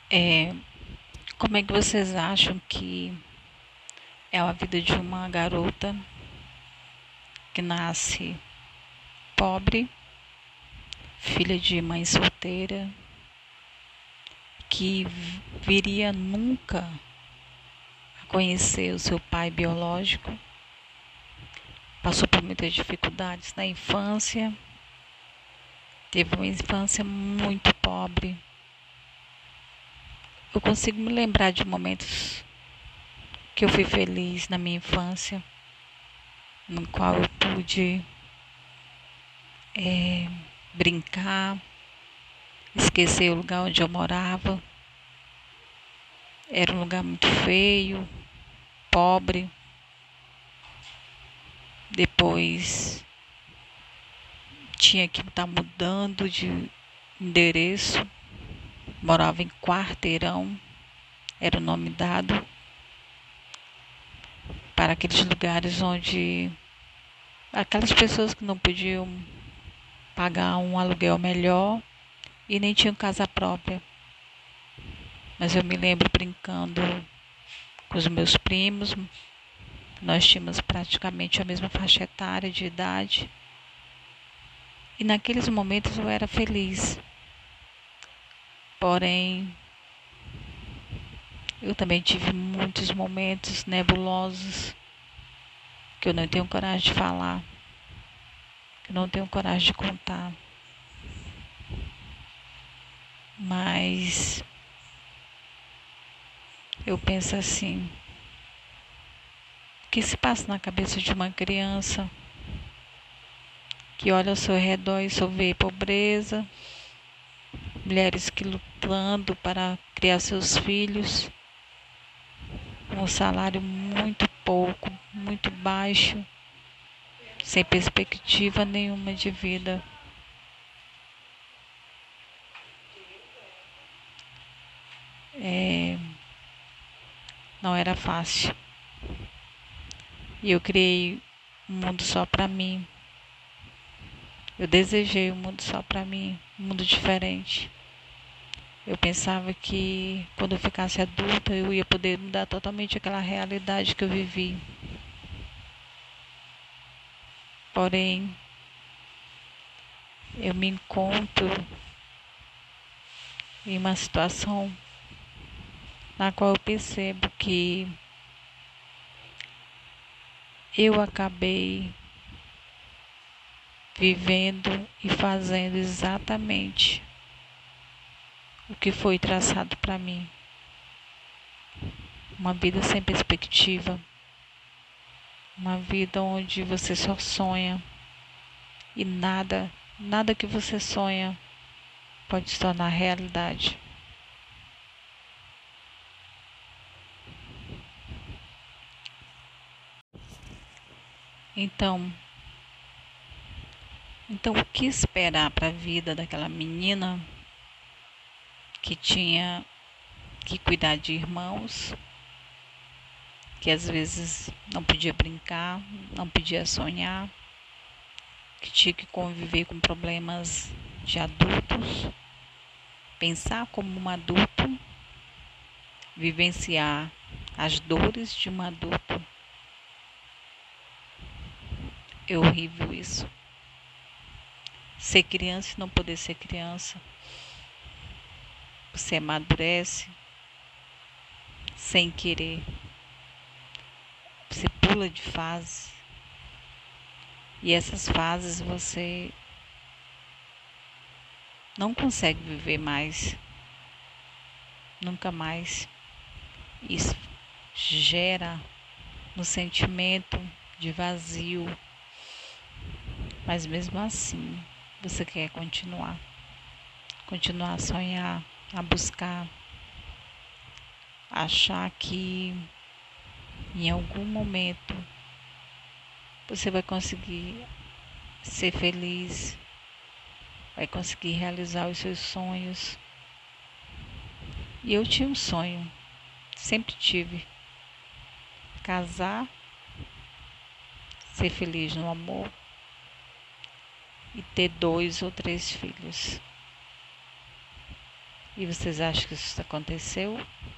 É, como é que vocês acham que é a vida de uma garota que nasce pobre, filha de mãe solteira, que viria nunca a conhecer o seu pai biológico, passou por muitas dificuldades na infância, teve uma infância muito pobre. Eu consigo me lembrar de momentos que eu fui feliz na minha infância, no qual eu pude brincar, esquecer o lugar onde eu morava. Era um lugar muito feio, pobre. Depois tinha que estar mudando de endereço. Morava em Quarteirão, era o nome dado para aqueles lugares onde aquelas pessoas que não podiam pagar um aluguel melhor e nem tinham casa própria. Mas eu me lembro brincando com os meus primos. Nós tínhamos praticamente a mesma faixa etária de idade. E naqueles momentos eu era feliz. Porém, eu também tive muitos momentos nebulosos que eu não tenho coragem de falar, que eu não tenho coragem de contar. Mas eu penso assim, o que se passa na cabeça de uma criança que olha ao seu redor e só vê pobreza, mulheres que lutando para criar seus filhos, com um salário muito pouco, muito baixo, sem perspectiva nenhuma de vida. Não era fácil. E eu criei um mundo só para mim. Eu desejei um mundo só para mim, um mundo diferente. Eu pensava que quando eu ficasse adulta eu ia poder mudar totalmente aquela realidade que eu vivi. Porém, eu me encontro em uma situação na qual eu percebo que eu acabei vivendo e fazendo exatamente o que foi traçado para mim. Uma vida sem perspectiva, uma vida onde você só sonha e nada que você sonha pode se tornar realidade. Então, o que esperar para a vida daquela menina que tinha que cuidar de irmãos, que às vezes não podia brincar, não podia sonhar, que tinha que conviver com problemas de adultos, pensar como um adulto, vivenciar as dores de um adulto. É horrível isso. Ser criança e não poder ser criança. Você amadurece sem querer. Você pula de fase. E essas fases você não consegue viver mais. Nunca mais. Isso gera um sentimento de vazio. Mas mesmo assim, você quer continuar. Continuar a sonhar, a buscar. Achar que em algum momento você vai conseguir ser feliz, vai conseguir realizar os seus sonhos. E eu tinha um sonho, sempre tive, casar, ser feliz no amor e ter 2 ou 3 filhos. E vocês acham que isso aconteceu?